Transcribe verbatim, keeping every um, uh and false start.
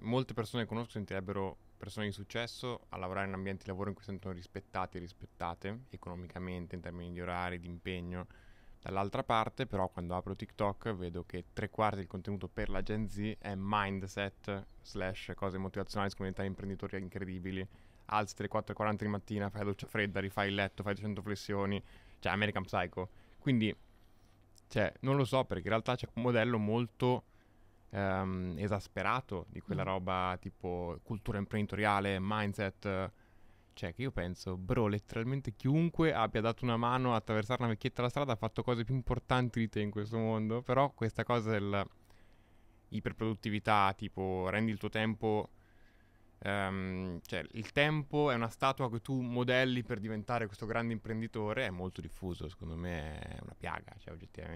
molte persone che conosco sentirebbero persone di successo a lavorare in ambienti di lavoro in cui si sentono rispettati e rispettate economicamente, in termini di orari, di impegno. Dall'altra parte, però, quando apro TikTok vedo che tre quarti del contenuto per la Gen Z è mindset slash cose motivazionali su come diventare imprenditori incredibili. Alzi alle quattro e quaranta di mattina, fai la doccia fredda, rifai il letto, fai duecento flessioni, cioè American Psycho. Quindi, cioè, non lo so, perché in realtà c'è un modello molto ehm, esasperato di quella Mm. roba tipo cultura imprenditoriale, mindset. eh, Cioè, che io penso, bro, letteralmente chiunque abbia dato una mano a attraversare una vecchietta la strada ha fatto cose più importanti di te in questo mondo. Però questa cosa dell'iperproduttività, tipo, rendi il tuo tempo. ehm, cioè, il tempo è una statua che tu modelli per diventare questo grande imprenditore, è molto diffuso. Secondo me è una piaga, cioè, oggettivamente.